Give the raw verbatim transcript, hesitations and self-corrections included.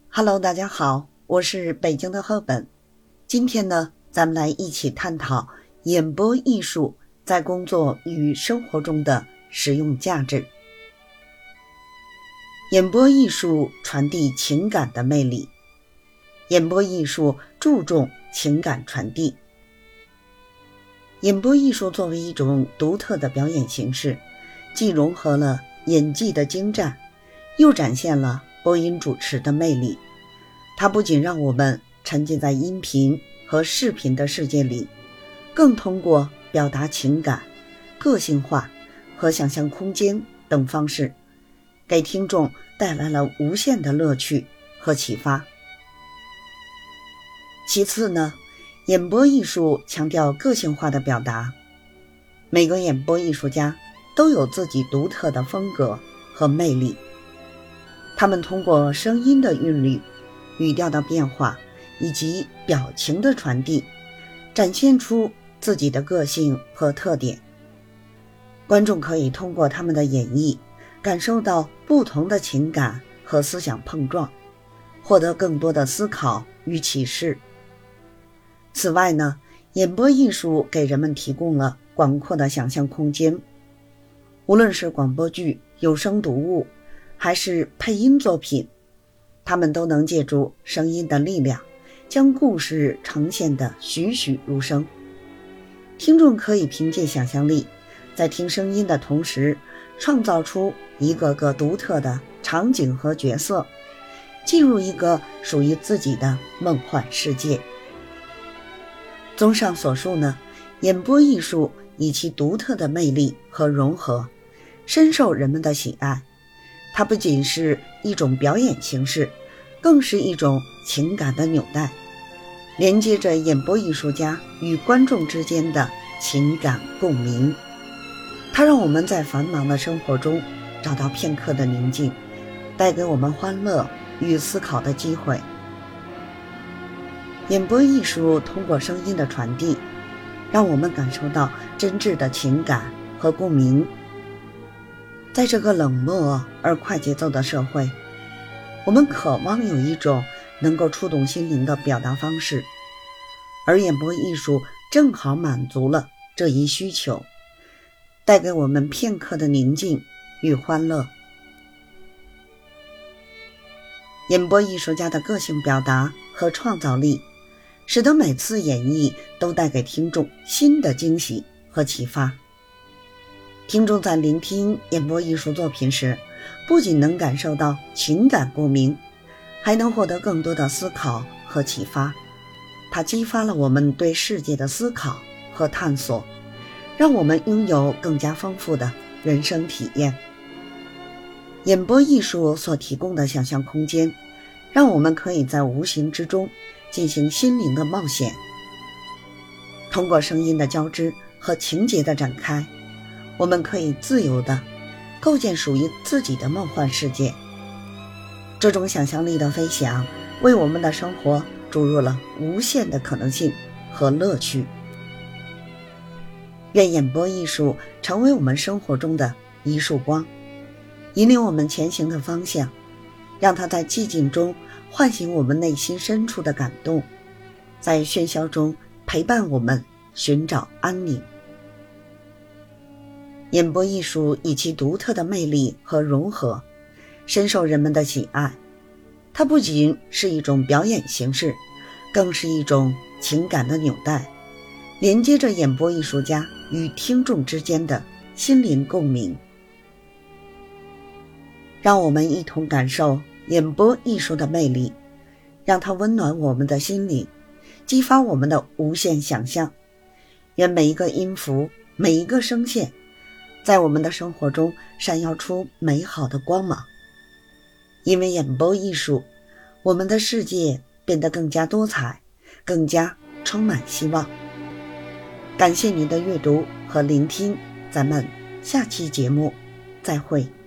Hello， 大家好，我是北京的赫本。今天呢，咱们来一起探讨演播艺术在工作与生活中的实用价值。演播艺术传递情感的魅力。演播艺术注重情感传递。演播艺术作为一种独特的表演形式，既融合了演技的精湛，又展现了播音主持的魅力。它不仅让我们沉浸在音频和视频的世界里，更通过表达情感、个性化和想象空间等方式，给听众带来了无限的乐趣和启发。其次呢，演播艺术强调个性化的表达。每个演播艺术家都有自己独特的风格和魅力，他们通过声音的韵律、语调的变化以及表情的传递，展现出自己的个性和特点。观众可以通过他们的演绎，感受到不同的情感和思想碰撞，获得更多的思考与启示。此外呢，演播艺术给人们提供了广阔的想象空间。无论是广播剧、有声读物，还是配音作品，他们都能借助声音的力量，将故事呈现得栩栩如生。听众可以凭借想象力，在听声音的同时，创造出一个个独特的场景和角色，进入一个属于自己的梦幻世界。综上所述呢，演播艺术以其独特的魅力和融合，深受人们的喜爱。它不仅是一种表演形式，更是一种情感的纽带，连接着演播艺术家与观众之间的情感共鸣。它让我们在繁忙的生活中找到片刻的宁静，带给我们欢乐与思考的机会。演播艺术通过声音的传递，让我们感受到真挚的情感和共鸣。在这个冷漠而快节奏的社会，我们渴望有一种能够触动心灵的表达方式，而演播艺术正好满足了这一需求，带给我们片刻的宁静与欢乐。演播艺术家的个性表达和创造力，使得每次演绎都带给听众新的惊喜和启发。听众在聆听演播艺术作品时，不仅能感受到情感共鸣，还能获得更多的思考和启发。它激发了我们对世界的思考和探索，让我们拥有更加丰富的人生体验。演播艺术所提供的想象空间，让我们可以在无形之中进行心灵的冒险。通过声音的交织和情节的展开，我们可以自由地构建属于自己的梦幻世界。这种想象力的飞翔，为我们的生活注入了无限的可能性和乐趣。愿演播艺术成为我们生活中的一束光，引领我们前行的方向，让它在寂静中唤醒我们内心深处的感动，在喧嚣中陪伴我们寻找安宁。演播艺术以其独特的魅力和融合，深受人们的喜爱。它不仅是一种表演形式，更是一种情感的纽带，连接着演播艺术家与听众之间的心灵共鸣。让我们一同感受演播艺术的魅力，让它温暖我们的心灵，激发我们的无限想象。愿每一个音符，每一个声线，在我们的生活中闪耀出美好的光芒。因为演播艺术，我们的世界变得更加多彩，更加充满希望。感谢您的阅读和聆听，咱们下期节目再会。